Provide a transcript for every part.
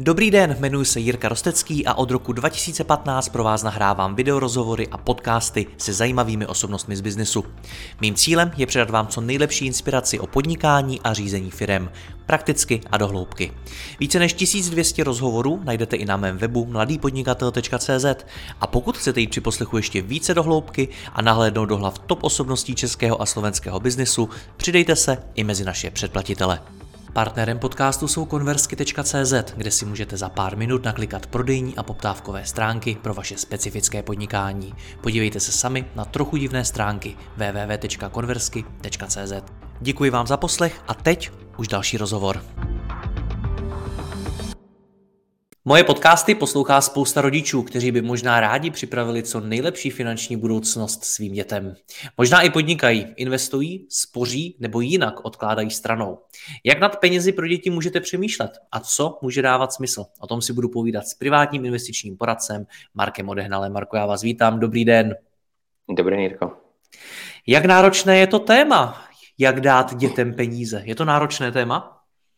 Dobrý den, jmenuji se Jirka Rostecký a od roku 2015 pro vás nahrávám videorozhovory a podcasty se zajímavými osobnostmi z biznesu. Mým cílem je předat vám co nejlepší inspiraci o podnikání a řízení firem, prakticky a do hloubky. Více než 1200 rozhovorů najdete i na mém webu mladýpodnikatel.cz a pokud chcete jít při poslechu ještě více do hloubky a nahlédnout do hlav top osobností českého a slovenského biznesu, přidejte se i mezi naše předplatitele. Partnerem podcastu jsou Conversky.cz, kde si můžete za pár minut naklikat prodejní a poptávkové stránky pro vaše specifické podnikání. Podívejte se sami na trochu divné stránky www.conversky.cz. Děkuji vám za poslech a teď už další rozhovor. Moje podcasty poslouchá spousta rodičů, kteří by možná rádi připravili co nejlepší finanční budoucnost svým dětem. Možná i podnikají, investují, spoří nebo jinak odkládají stranou. Jak nad penězi pro děti můžete přemýšlet a co může dávat smysl? O tom si budu povídat s privátním investičním poradcem Markem Odehnalem. Marko, já vás vítám, dobrý den. Dobrý den, Jirko. Jak náročné je to téma? Jak dát dětem peníze? Je to náročné téma?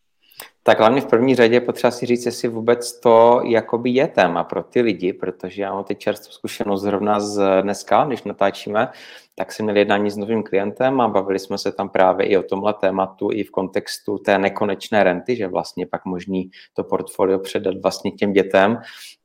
Tak hlavně v první řadě je potřeba si říct, jestli vůbec to jakoby je téma pro ty lidi, protože já mám teď čerstvou zkušenost zrovna z dneska, když natáčíme, tak jsem měl jednání s novým klientem a bavili jsme se tam právě i o tomhle tématu, i v kontextu té nekonečné renty, že vlastně pak možný to portfolio předat vlastně těm dětem.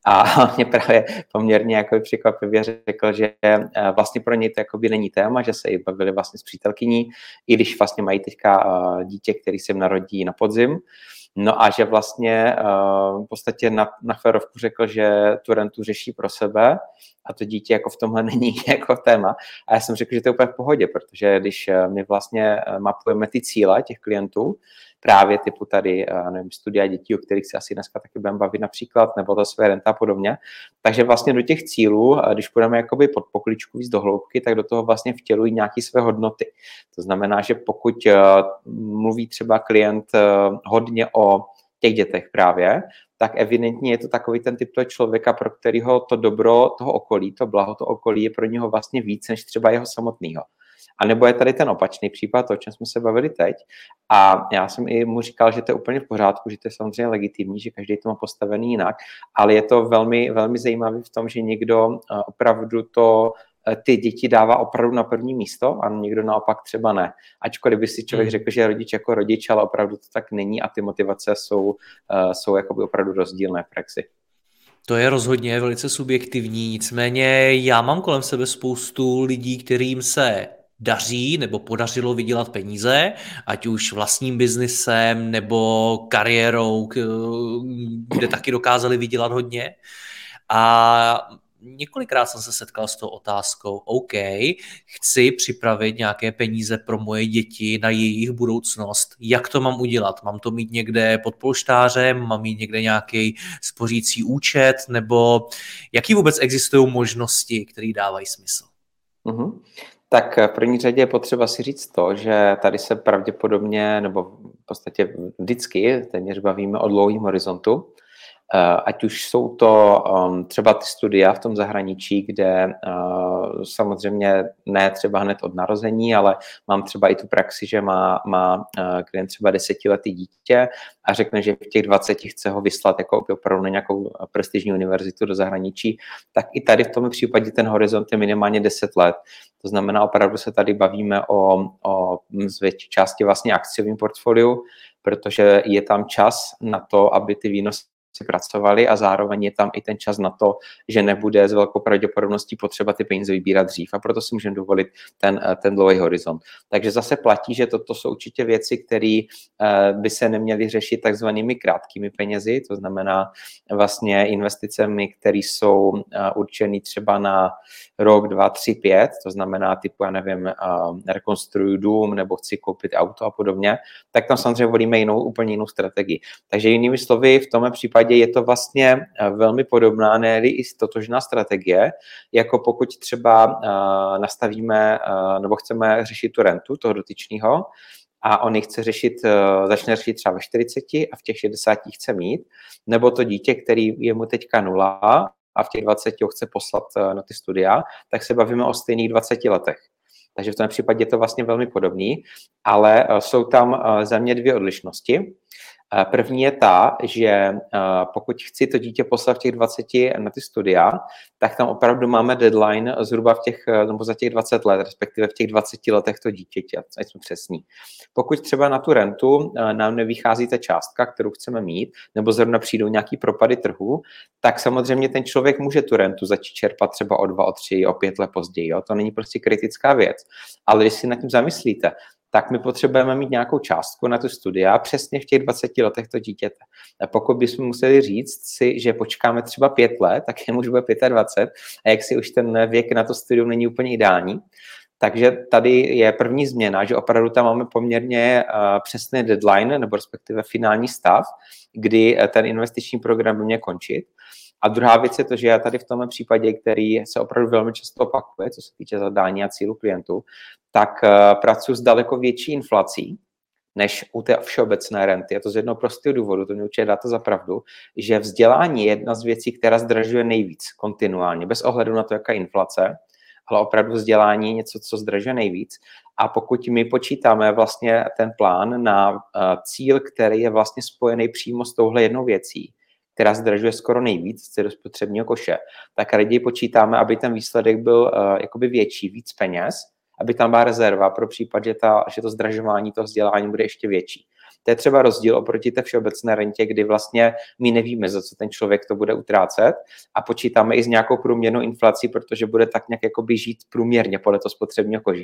A mě právě poměrně jako překvapivě řekl, že vlastně pro něj to jakoby není téma, že se i bavili vlastně s přítelkyní, i když vlastně mají teďka dítě, který se jim narodí na podzim. No a že vlastně v podstatě na férovku řekl, že tu rentu řeší pro sebe a to dítě jako v tomhle není jako téma. A já jsem řekl, že to je úplně v pohodě, protože když my vlastně mapujeme ty cíle těch klientů, právě typu tady, nevím, studia dětí, o kterých se asi dneska taky budeme bavit například, nebo to své renta a podobně. Takže vlastně do těch cílů, když půjdeme jakoby pod pokličku víc do hloubky, tak do toho vlastně vtělují nějaké své hodnoty. To znamená, že pokud mluví třeba klient hodně o těch dětech právě, tak evidentně je to takový ten typ toho člověka, pro kterého to dobro toho okolí, to blaho toho okolí je pro něho vlastně víc než třeba jeho samotného. A nebo je tady ten opačný případ, o čem jsme se bavili teď. A já jsem i mu říkal, že to je úplně v pořádku, že to je samozřejmě legitimní, že každý to má postavený jinak, ale je to velmi, velmi zajímavý v tom, že někdo opravdu ty děti dává opravdu na první místo a někdo naopak třeba ne. Ačkoliv by si člověk řekl, že je rodič jako rodič, ale opravdu to tak není a ty motivace jsou jakoby opravdu rozdílné v praxi. To je rozhodně velice subjektivní, nicméně já mám kolem sebe spoustu lidí, kterým se daří nebo podařilo vydělat peníze, ať už vlastním biznisem nebo kariérou, kde taky dokázali vydělat hodně. A několikrát jsem se setkal s tou otázkou, OK, chci připravit nějaké peníze pro moje děti na jejich budoucnost. Jak to mám udělat? Mám to mít někde pod polštářem? Mám mít někde nějaký spořící účet? Nebo jaký vůbec existují možnosti, které dávají smysl? Mm-hmm. Tak v první řadě je potřeba si říct to, že tady se pravděpodobně, nebo v podstatě vždycky téměř bavíme o dlouhém horizontu, ať už jsou to třeba ty studia v tom zahraničí, kde samozřejmě ne třeba hned od narození, ale mám třeba i tu praxi, že má klient třeba 10letý dítě a řekne, že v těch 20 chce ho vyslat jako opravdu na nějakou prestižní univerzitu do zahraničí, tak i tady v tom případě ten horizont je minimálně 10 let. To znamená, opravdu se tady bavíme o z větší části vlastně akciovým portfoliu, protože je tam čas na to, aby ty výnosy pracovali a zároveň je tam i ten čas na to, že nebude s velkou pravděpodobností potřeba ty peníze vybírat dřív a proto si můžeme dovolit ten dlouhý horizont. Takže zase platí, že toto jsou určitě věci, které by se neměly řešit takzvanými krátkými penězi, to znamená vlastně investicemi, které jsou určený třeba na rok, 2, 3, 5, to znamená typu, já nevím, rekonstruuju dům nebo chci koupit auto a podobně, tak tam samozřejmě volíme úplně jinou strategii. Takže jinými slovy, v tomhle případě je to vlastně velmi podobná, ne-li i totožná strategie, jako pokud třeba nastavíme nebo chceme řešit tu rentu toho dotyčného a on ji chce řešit, začne řešit třeba ve 40 a v těch 60 chce mít, nebo to dítě, který je mu teďka 0 a v těch 20 ho chce poslat na ty studia, tak se bavíme o stejných 20 letech. Takže v tom případě je to vlastně velmi podobný, ale jsou tam za mě dvě odlišnosti. První je ta, že pokud chci to dítě poslat v těch 20 na ty studia, tak tam opravdu máme deadline zhruba nebo za těch 20 let, respektive v těch 20 letech to dítěti, ať jsme přesní. Pokud třeba na tu rentu nám nevychází ta částka, kterou chceme mít, nebo zrovna přijdou nějaký propady trhu, tak samozřejmě ten člověk může tu rentu začít čerpat třeba o 2, o 3, o 5 let později. Jo? To není prostě kritická věc. Ale když si nad tím zamyslíte, tak my potřebujeme mít nějakou částku na tu studia přesně v těch 20 letech to dítěte. A pokud bychom museli říct si, že počkáme třeba 5 let, tak jemu už bude 25 a jak si už ten věk na to studium není úplně ideální. Takže tady je první změna, že opravdu tam máme poměrně přesný deadline, nebo respektive finální stav, kdy ten investiční program by měl končit. A druhá věc je to, že já tady v tomhle případě, který se opravdu velmi často opakuje, co se týče zadání a cílu klientů, tak pracuji s daleko větší inflací než u té všeobecné renty. Je to z jednoho prostého důvodu, to mě určitě dáte za pravdu, že vzdělání je jedna z věcí, která zdražuje nejvíc kontinuálně, bez ohledu na to, jaká je inflace, ale opravdu vzdělání je něco, co zdražuje nejvíc. A pokud my počítáme vlastně ten plán na cíl, který je vlastně spojený přímo s touhle jednou věcí, která zdražuje skoro nejvíc z spotřebního koše, tak raději počítáme, aby ten výsledek byl jakoby větší, víc peněz, aby tam byla rezerva pro případ, že to zdražování toho vzdělání bude ještě větší. To je třeba rozdíl oproti té všeobecné rentě, kdy vlastně my nevíme, za co ten člověk to bude utrácet a počítáme i s nějakou průměrnou inflací, protože bude tak nějak jakoby žít průměrně podle toho spotřebního kože.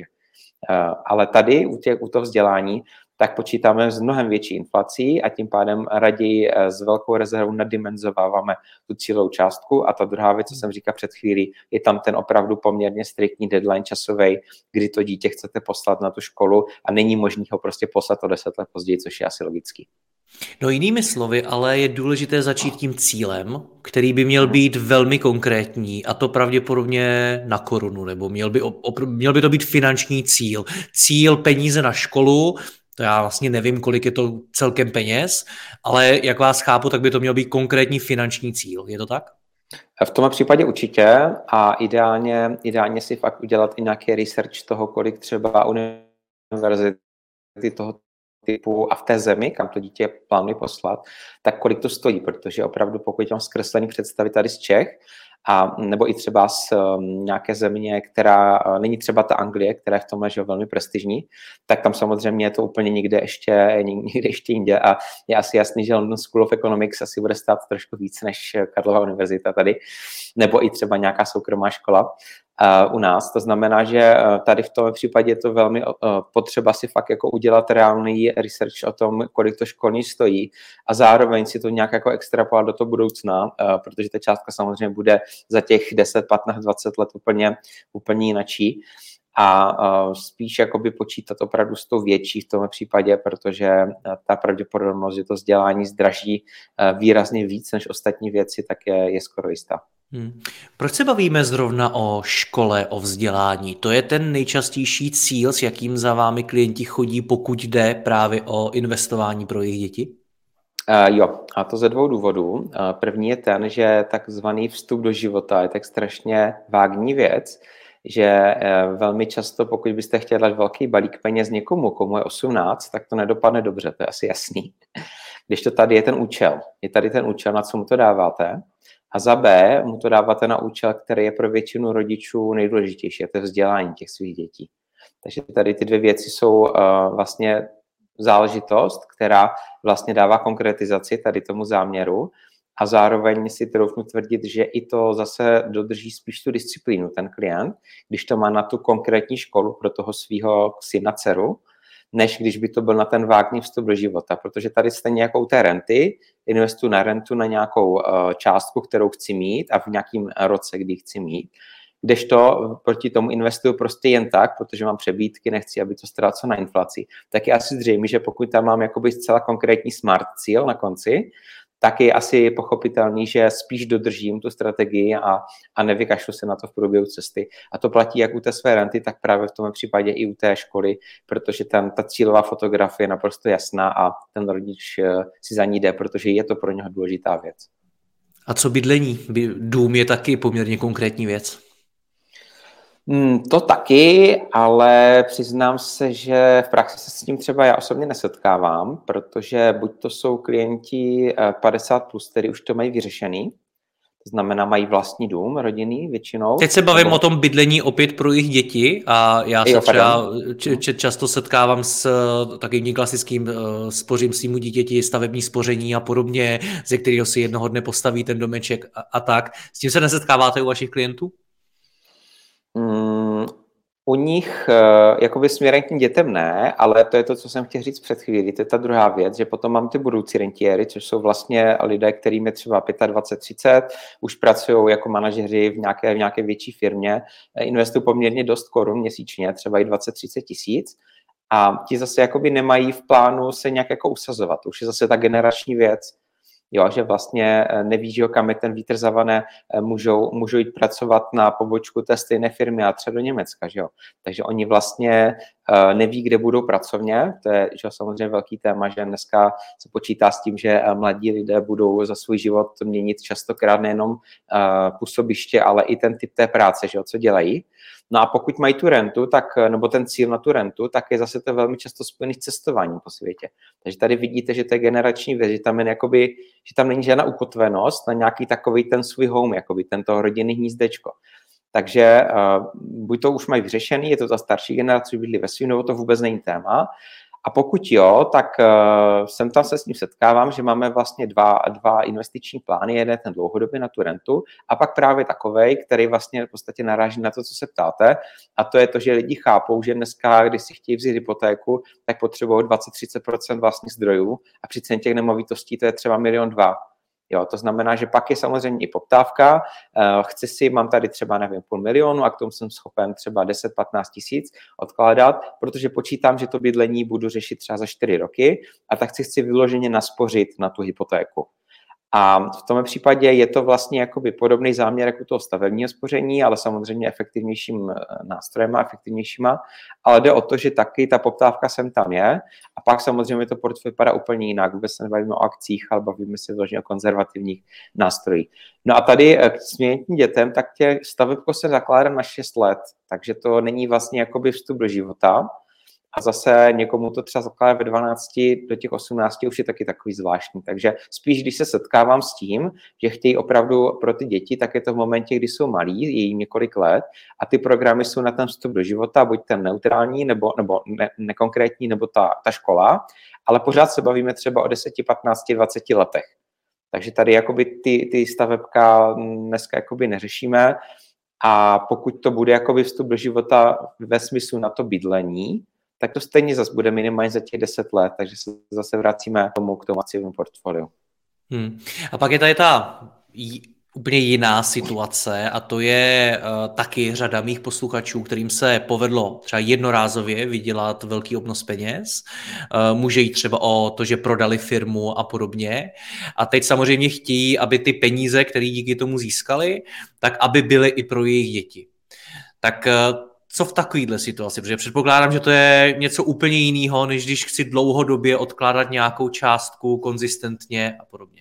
Ale tady u toho vzdělání tak počítáme s mnohem větší inflací a tím pádem raději s velkou rezervou nadimenzováváme tu cílovou částku. A ta druhá věc, co jsem říkal před chvílí, je tam ten opravdu poměrně striktní deadline časový, kdy to dítě chcete poslat na tu školu a není možné ho prostě poslat o 10 let později, což je asi logický. No jinými slovy, ale je důležité začít tím cílem, který by měl být velmi konkrétní a to pravděpodobně na korunu, nebo měl by to být finanční cíl. Cíl peníze na školu, to já vlastně nevím, kolik je to celkem peněz, ale jak vás chápu, tak by to měl být konkrétní finanční cíl. Je to tak? V tomhle případě určitě a ideálně si fakt udělat i nějaký research toho, kolik třeba univerzity toho typu a v té zemi, kam to dítě plánuje poslat, tak kolik to stojí, protože opravdu pokud mám zkreslený představy tady z Čech, a nebo i třeba z nějaké země, která není třeba ta Anglie, která je v tomhle že velmi prestižní, tak tam samozřejmě je to úplně někde ještě jinde a je asi jasný, že London School of Economics asi bude stát trošku víc než Karlova univerzita tady, nebo i třeba nějaká soukromá škola u nás. To znamená, že tady v tom případě je to velmi potřeba si fakt jako udělat reálný research o tom, kolik to školní stojí a zároveň si to nějak jako extrapolovat do toho budoucna, protože ta částka samozřejmě bude za těch 10, 15, 20 let úplně jinačí a spíš jakoby počítat opravdu s tou větší v tom případě, protože ta pravděpodobnost, že to vzdělání zdraží výrazně víc než ostatní věci, tak je skoro jistá. Proč se bavíme zrovna o škole, o vzdělání? To je ten nejčastější cíl, s jakým za vámi klienti chodí, pokud jde právě o investování pro jejich děti? Jo, a to ze 2 důvodů. První je ten, že takzvaný vstup do života je tak strašně vágní věc, že velmi často, pokud byste chtěli dát velký balík peněz někomu, komu je 18, tak to nedopadne dobře, to je asi jasný. Když to tady je ten účel, na co mu to dáváte, a za B mu to dáváte na účel, který je pro většinu rodičů nejdůležitější, a to je vzdělání těch svých dětí. Takže tady ty 2 věci jsou vlastně záležitost, která vlastně dává konkretizaci tady tomu záměru a zároveň si troufnu tvrdit, že i to zase dodrží spíš tu disciplínu ten klient, když to má na tu konkrétní školu pro toho svého syna, dceru, než když by to byl na ten vágní vstup do života, protože tady stejně jako u té renty, investuji na rentu na nějakou částku, kterou chci mít a v nějakém roce, kdy chci mít, kdežto proti tomu investuju prostě jen tak, protože mám přebídky, nechci, aby to ztrácelo na inflaci. Tak je asi zřejmé, že pokud tam mám jakoby zcela konkrétní smart cíl na konci, tak je asi pochopitelný, že spíš dodržím tu strategii a nevykašlu se na to v průběhu cesty. A to platí jak u té své renty, tak právě v tom případě i u té školy, protože tam ta cílová fotografie je naprosto jasná a ten rodič si za ní jde, protože je to pro něho důležitá věc. A co bydlení? Dům je taky poměrně konkrétní věc. To taky, ale přiznám se, že v praxi se s tím třeba já osobně nesetkávám, protože buď to jsou klienti 50+, kteří už to mají vyřešený, to znamená mají vlastní dům, rodinný většinou. Teď se bavím o tom bydlení opět pro jejich děti a já se třeba často setkávám s takovým klasickým spořím svýmu dítěti, stavební spoření a podobně, ze kterého si jednoho dne postaví ten domeček a tak. S tím se nesetkáváte u vašich klientů? U nich jakoby směrem k těm dětem ne, ale to je to, co jsem chtěl říct před chvílí, to je ta druhá věc, že potom mám ty budoucí rentiéry, což jsou vlastně lidé, kterým je třeba 25, 30, už pracují jako manažeři v nějaké větší firmě, investují poměrně dost korun měsíčně, třeba i 20-30 tisíc, a ti zase jakoby nemají v plánu se nějak jako usazovat, to už je zase ta generační věc. Jo, že vlastně neví, že kam je ten vítr zavane, můžou jít pracovat na pobočku té stejné firmy a třeba do Německa, že jo. Takže oni vlastně neví, kde budou pracovně, to je že samozřejmě velký téma, že dneska se počítá s tím, že mladí lidé budou za svůj život měnit častokrát nejenom působiště, ale i ten typ té práce, že jo, co dělají. No a pokud mají tu rentu, tak, nebo ten cíl na tu rentu, tak je zase to velmi často spojený s cestováním po světě. Takže tady vidíte, že to je generační věc, že tam, že tam není žádná ukotvenost na nějaký takový ten svůj home, jakoby tento rodinný hnízdečko. Takže buď to už mají vyřešený, je to ta starší generace, bydlí ve svým, nebo to vůbec není téma. A pokud jo, tak sem tam se s ním setkávám, že máme vlastně dva investiční plány, jeden ten dlouhodobě na tu rentu a pak právě takovej, který vlastně v podstatě naráží na to, co se ptáte, a to je to, že lidi chápou, že dneska, když si chtějí vzít hypotéku, tak potřebují 20-30% vlastních zdrojů a při ceně těch nemovitostí to je třeba 1,2 milionu. Jo, to znamená, že pak je samozřejmě i poptávka, mám tady třeba, nevím, 500 000 a k tomu jsem schopen třeba 10-15 tisíc odkládat, protože počítám, že to bydlení budu řešit třeba za 4 roky a tak chci vyloženě naspořit na tu hypotéku. A v tom případě je to vlastně jakoby podobný záměr jako toho stavebního spoření, ale samozřejmě efektivnějším nástrojem a efektivnějšíma, ale jde o to, že taky ta poptávka sem tam je a pak samozřejmě to portfolio vypadá úplně jinak, vůbec se nebavíme o akcích, ale bavíme se vlastně o konzervativních nástrojích. No a tady k směrným dětem, tak tě stavebko se zakládá na 6 let, takže to není vlastně jakoby vstup do života. A zase někomu to třeba zakládá ve 12, do těch 18 už je taky takový zvláštní. Takže spíš, když se setkávám s tím, že chtějí opravdu pro ty děti, tak je to v momentě, kdy jsou malí, je jim několik let a ty programy jsou na ten vstup do života, buď ten neutrální, nebo nekonkrétní, nebo ta škola, ale pořád se bavíme třeba o 10, 15, 20 letech. Takže tady jakoby ty stavebka dneska jakoby neřešíme a pokud to bude jakoby vstup do života ve smyslu na to bydlení, tak to stejně zase bude minimálně za těch 10 let, takže se zase vracíme k tomu akciovému portfoliu. A pak je tady ta úplně jiná situace a to je taky řada mých posluchačů, kterým se povedlo třeba jednorázově vydělat velký obnos peněz. Může jít třeba o to, že prodali firmu a podobně. A teď samozřejmě chtějí, aby ty peníze, které díky tomu získali, tak aby byly i pro jejich děti. Tak co v takovéhle situaci? Protože předpokládám, že to je něco úplně jiného, než když chci dlouhodobě odkládat nějakou částku konzistentně a podobně.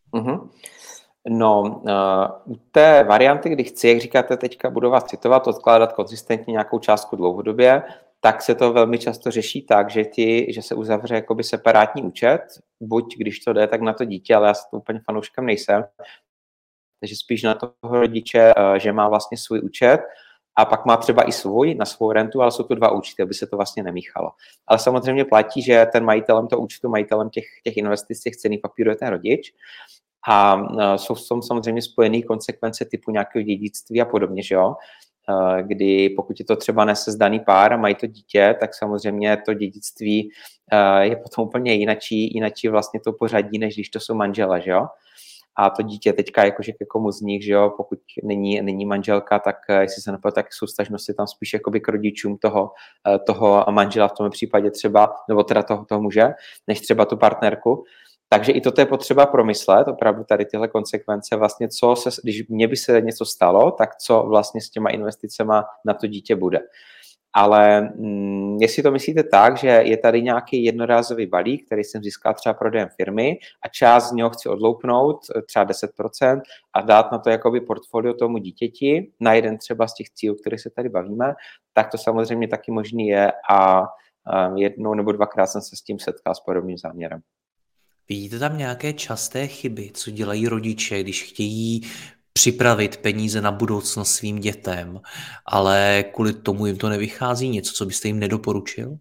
No, u té varianty, kdy chci, jak říkáte teďka, budu vás citovat, odkládat konzistentně nějakou částku dlouhodobě, tak se to velmi často řeší tak, že se uzavře jakoby separátní účet, buď když to jde, tak na to dítě, ale já s tím úplně fanouškem nejsem, takže spíš na toho rodiče, že má vlastně svůj účet, a pak má třeba i svůj na svou rentu, ale jsou to 2 účty, aby se to vlastně nemíchalo. Ale samozřejmě platí, že ten majitelem toho účtu, majitelem těch investic, těch cenných papírů je ten rodič. A jsou s tom samozřejmě spojené konsekvence typu nějakého dědictví a podobně, že jo? Kdy pokud je to třeba nesezdaný pár a mají to dítě, tak samozřejmě to dědictví je potom úplně jinačí vlastně to pořadí, než když to jsou manžele, že jo? A to dítě teďka jakože ke komu z nich, že jo, pokud není manželka, tak jestli se nepletu, tak soustažnost je tam spíš jakoby k rodičům toho manžela v tom případě třeba, nebo teda toho muže, než třeba tu partnerku. Takže i toto je potřeba promyslet, opravdu tady tyhle konsekvence, vlastně když mně by se něco stalo, tak co vlastně s těma investicema na to dítě bude. Ale jestli to myslíte tak, že je tady nějaký jednorázový balík, který jsem získal třeba prodejem firmy a část z něho chci odloupnout, třeba 10%, a dát na to jakoby portfolio tomu dítěti, na jeden třeba z těch cílů, kterých se tady bavíme, tak to samozřejmě taky možný je a jednou nebo dvakrát jsem se s tím setkal s podobným záměrem. Vidíte tam nějaké časté chyby, co dělají rodiče, když chtějí připravit peníze na budoucnost svým dětem, ale kvůli tomu jim to nevychází? Něco, co byste jim nedoporučil?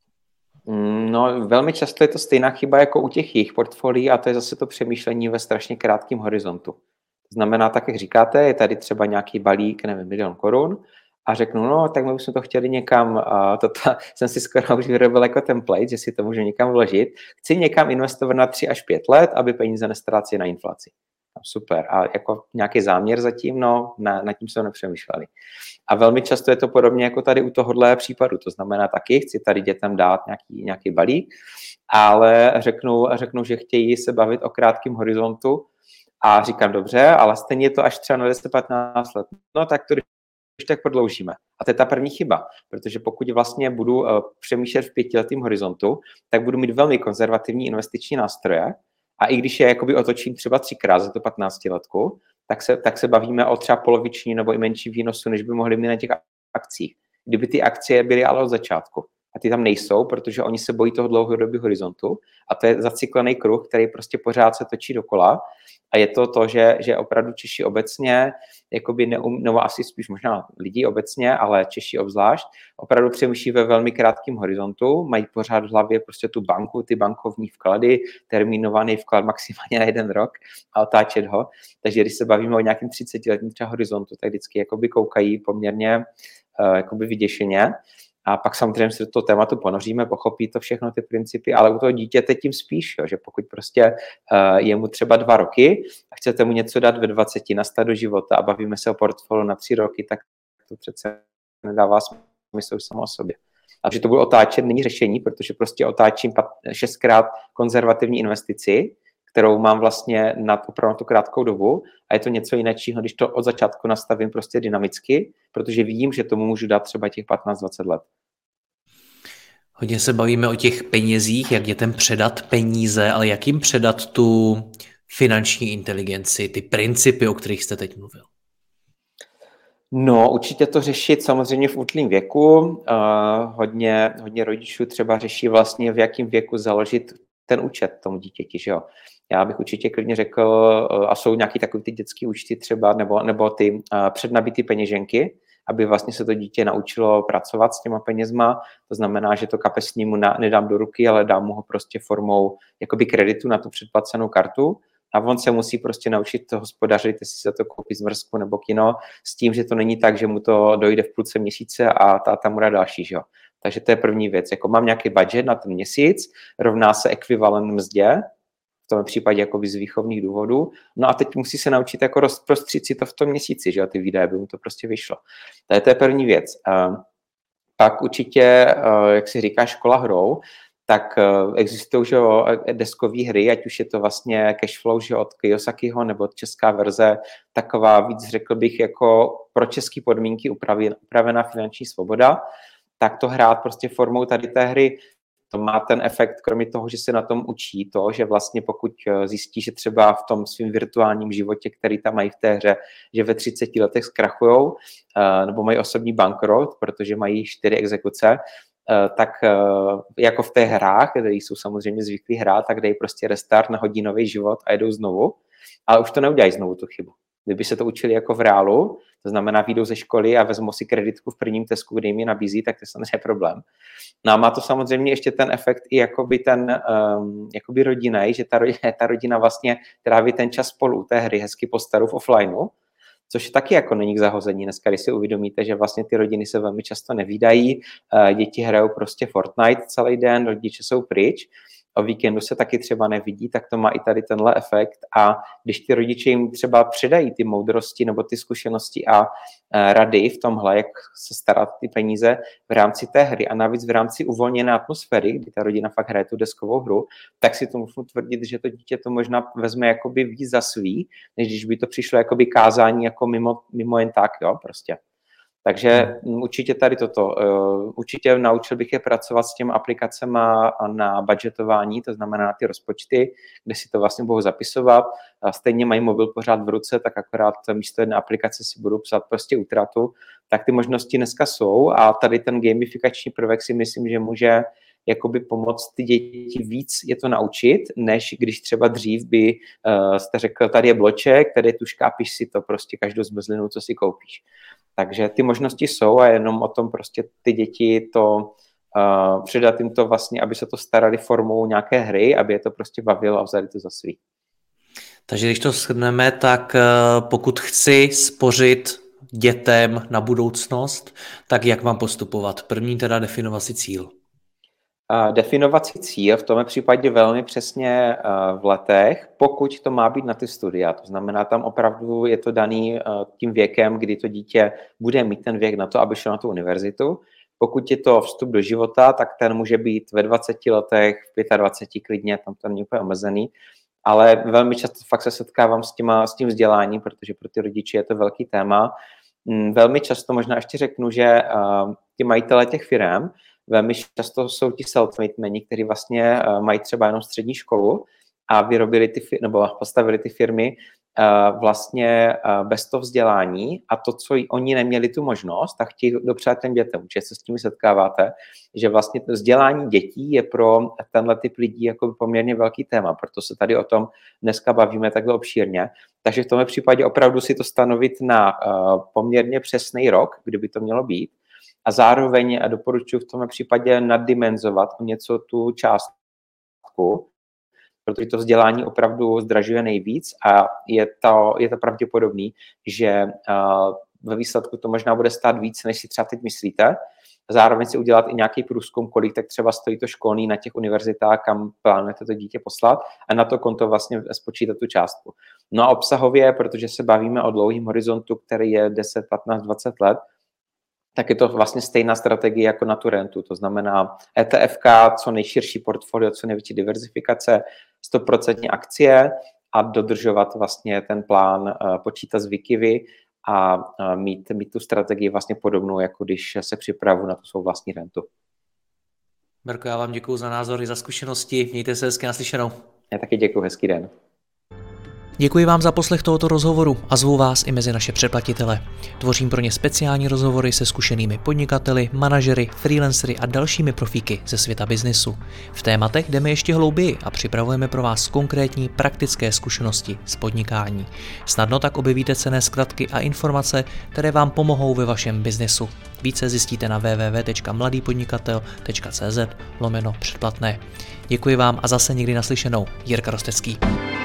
No, velmi často je to stejná chyba jako u těch jejich portfolií a to je zase to přemýšlení ve strašně krátkém horizontu. To znamená, tak jak říkáte, je tady třeba nějaký balík, nevím, 1 000 000 korun a řeknu, no, tak my bychom to chtěli někam, jsem si skoro už vyrobil jako template, že si to můžu někam vložit. Chci někam investovat na 3 až 5 let, aby peníze nestráceli na inflaci. Super. A jako nějaký záměr zatím, no, nad tím jsme nepřemýšleli. A velmi často je to podobně jako tady u tohohle případu. To znamená taky, chci tady dětem dát nějaký balík, ale řeknu, že chtějí se bavit o krátkém horizontu a říkám, dobře, ale stejně je to až třeba na 10-15 let. No tak to když tak prodloužíme. A to je ta první chyba, protože pokud vlastně budu přemýšlet v 5letém horizontu, tak budu mít velmi konzervativní investiční nástroje a i když je jakoby otočím třeba 3krát za to 15letku, tak se bavíme o třeba poloviční nebo i menší výnosu, než by mohli mít na těch akcích. Kdyby ty akcie byly ale od začátku. A ty tam nejsou, protože oni se bojí toho dlouhodobého horizontu a to je zacyklený kruh, který prostě pořád se točí dokola a je to, že opravdu Češi obecně, jakoby nebo asi spíš možná lidi obecně, ale Češi obzvlášť, opravdu přemýšlí ve velmi krátkém horizontu, mají pořád v hlavě prostě tu banku, ty bankovní vklady, termínovaný vklad maximálně na 1 rok a otáčet ho. Takže když se bavíme o nějakém 30letém třeba horizontu, tak vždycky jakoby koukají poměrně jakoby vyděšeně. A pak samozřejmě se do toho tématu ponoříme, pochopí to všechno ty principy, ale u toho dítěte tím spíš, jo, že pokud prostě je mu třeba 2 roky a chcete mu něco dát ve 20 nastat do života a bavíme se o portfoliu na 3 roky, tak to přece nedává smysl samo o sobě. A že to budu otáčet, není řešení, protože prostě otáčím 6krát konzervativní investici, kterou mám vlastně opravdu na tu krátkou dobu a je to něco jiného, když to od začátku nastavím prostě dynamicky, protože vidím, že tomu můžu dát třeba těch 15-20 let. Hodně se bavíme o těch penězích, jak dětem předat peníze, ale jak jim předat tu finanční inteligenci, ty principy, o kterých jste teď mluvil? No, určitě to řešit samozřejmě v útlém věku. Hodně rodičů třeba řeší vlastně, v jakém věku založit ten účet tomu dítěti, že jo. Já bych určitě klidně řekl, a jsou nějaký takový ty dětský účty třeba, nebo ty přednabitý peněženky, aby vlastně se to dítě naučilo pracovat s těma penězma. To znamená, že to kapesní mu nedám do ruky, ale dám mu ho prostě formou jakoby kreditu na tu předplacenou kartu. A on se musí prostě naučit to hospodařit, jestli se to koupí zmrzku nebo kino, s tím, že to není tak, že mu to dojde v půlce měsíce a táta mu dá další, že jo. Takže to je první věc. Jako mám nějaký budget na ten měsíc, rovná se ekvivalent mzdě, v tom případě jakoby z výchovných důvodů. No a teď musí se naučit jako rozprostřít si to v tom měsíci, že jo, ty výdaje, by mu to prostě vyšlo. To je první věc. Pak určitě, jak si říká, škola hrou, tak existují že deskové hry, ať už je to vlastně Cashflow, že od Kiyosakiho, nebo česká verze, taková víc, řekl bych, jako pro české podmínky upravená finanční svoboda, tak to hrát prostě formou tady té hry, to má ten efekt, kromě toho, že se na tom učí to, že vlastně pokud zjistí, že třeba v tom svém virtuálním životě, který tam mají v té hře, že ve 30 letech zkrachujou, nebo mají osobní bankrot, protože mají 4 exekuce, tak jako v té hrách, kde jsou samozřejmě zvyklí hrát, tak dají prostě restart na hodinový život a jedou znovu, ale už to neudělají znovu tu chybu. Kdyby se to učili jako v reálu, to znamená, vyjdou ze školy a vezmou si kreditku v prvním tesku, kde jim ji nabízí, tak to je samozřejmě problém. No a má to samozřejmě ještě ten efekt i jakoby ten jakoby rodinný, že ta rodina vlastně tráví ten čas spolu u té hry hezky po staru v offlineu, což taky jako není k zahození. Dneska, když si uvědomíte, že vlastně ty rodiny se velmi často nevídají, děti hrajou prostě Fortnite celý den, rodiče jsou pryč, o víkendu se taky třeba nevidí, tak to má i tady tenhle efekt a když ty rodiče jim třeba předají ty moudrosti nebo ty zkušenosti a rady v tomhle, jak se starat ty peníze v rámci té hry a navíc v rámci uvolněné atmosféry, kdy ta rodina fakt hraje tu deskovou hru, tak si to můžu tvrdit, že to dítě to možná vezme jakoby víc za svý, než když by to přišlo jakoby kázání jako mimo jen tak, jo, prostě. Takže určitě tady toto. Určitě naučil bych je pracovat s těmi aplikacemi na budgetování, to znamená ty rozpočty, kde si to vlastně budou zapisovat. Stejně mají mobil pořád v ruce, tak akorát místo jedné aplikace si budou psát prostě útratu. Tak ty možnosti dneska jsou a tady ten gamifikační prvek si myslím, že může jakoby pomoct ty děti víc je to naučit, než když třeba dřív by jste řekl, tady je bloček, tady je tužka, píš si to prostě každou zmrzlinu, co si koupíš. Takže ty možnosti jsou a jenom o tom prostě ty děti to předat jim to vlastně, aby se to starali formou nějaké hry, aby je to prostě bavilo a vzali to za svý. Takže když to shrneme, tak pokud chci spořit dětem na budoucnost, tak jak mám postupovat? První teda definovat si cíl. Definovat si cíl v tom případě velmi přesně v letech, pokud to má být na ty studia. To znamená, tam opravdu je to daný tím věkem, kdy to dítě bude mít ten věk na to, aby šlo na tu univerzitu. Pokud je to vstup do života, tak ten může být ve 20 letech, v 25 klidně, tam to není úplně omezený. Ale velmi často fakt se setkávám s tím vzděláním, protože pro ty rodiče je to velký téma. Velmi často možná ještě řeknu, že ti majitelé těch firem velmi často jsou ti self-made meni, kteří vlastně mají třeba jenom střední školu a vyrobili nebo postavili ty firmy vlastně bez toho vzdělání a to, co oni neměli tu možnost, tak chtějí dopřát těm dětem. Určitě se s tím setkáváte, že vlastně to vzdělání dětí je pro tenhle typ lidí jako poměrně velký téma, proto se tady o tom dneska bavíme takhle obšírně. Takže v tomhle případě opravdu si to stanovit na poměrně přesný rok, kdyby to mělo být, a zároveň doporučuji v tomhle případě naddimenzovat o něco tu částku, protože to vzdělání opravdu zdražuje nejvíc a je to pravděpodobný, že ve výsledku to možná bude stát víc, než si třeba teď myslíte. Zároveň si udělat i nějaký průzkum, kolik tak třeba stojí to školní na těch univerzitách, kam plánujete to dítě poslat a na to konto vlastně spočítat tu částku. No a obsahově, protože se bavíme o dlouhém horizontu, který je 10, 15, 20 let, tak je to vlastně stejná strategie jako na tu rentu. To znamená ETF, co nejširší portfolio, co největší diverzifikace, 100% akcie a dodržovat vlastně ten plán, počítat s výkyvy a mít tu strategii vlastně podobnou, jako když se připravu na tu svou vlastní rentu. Mirko, já vám děkuju za názory, za zkušenosti. Mějte se hezky, naslyšenou. Já taky děkuju, hezký den. Děkuji vám za poslech tohoto rozhovoru a zvu vás i mezi naše předplatitele. Tvořím pro ně speciální rozhovory se zkušenými podnikateli, manažery, freelancery a dalšími profíky ze světa biznisu. V tématech jdeme ještě hlouběji a připravujeme pro vás konkrétní praktické zkušenosti z podnikání. Snadno tak objevíte cenné zkratky a informace, které vám pomohou ve vašem biznesu. Více zjistíte na www.mladýpodnikatel.cz/předplatné. Děkuji vám a zase někdy naslyšenou. Jirka Rostecký.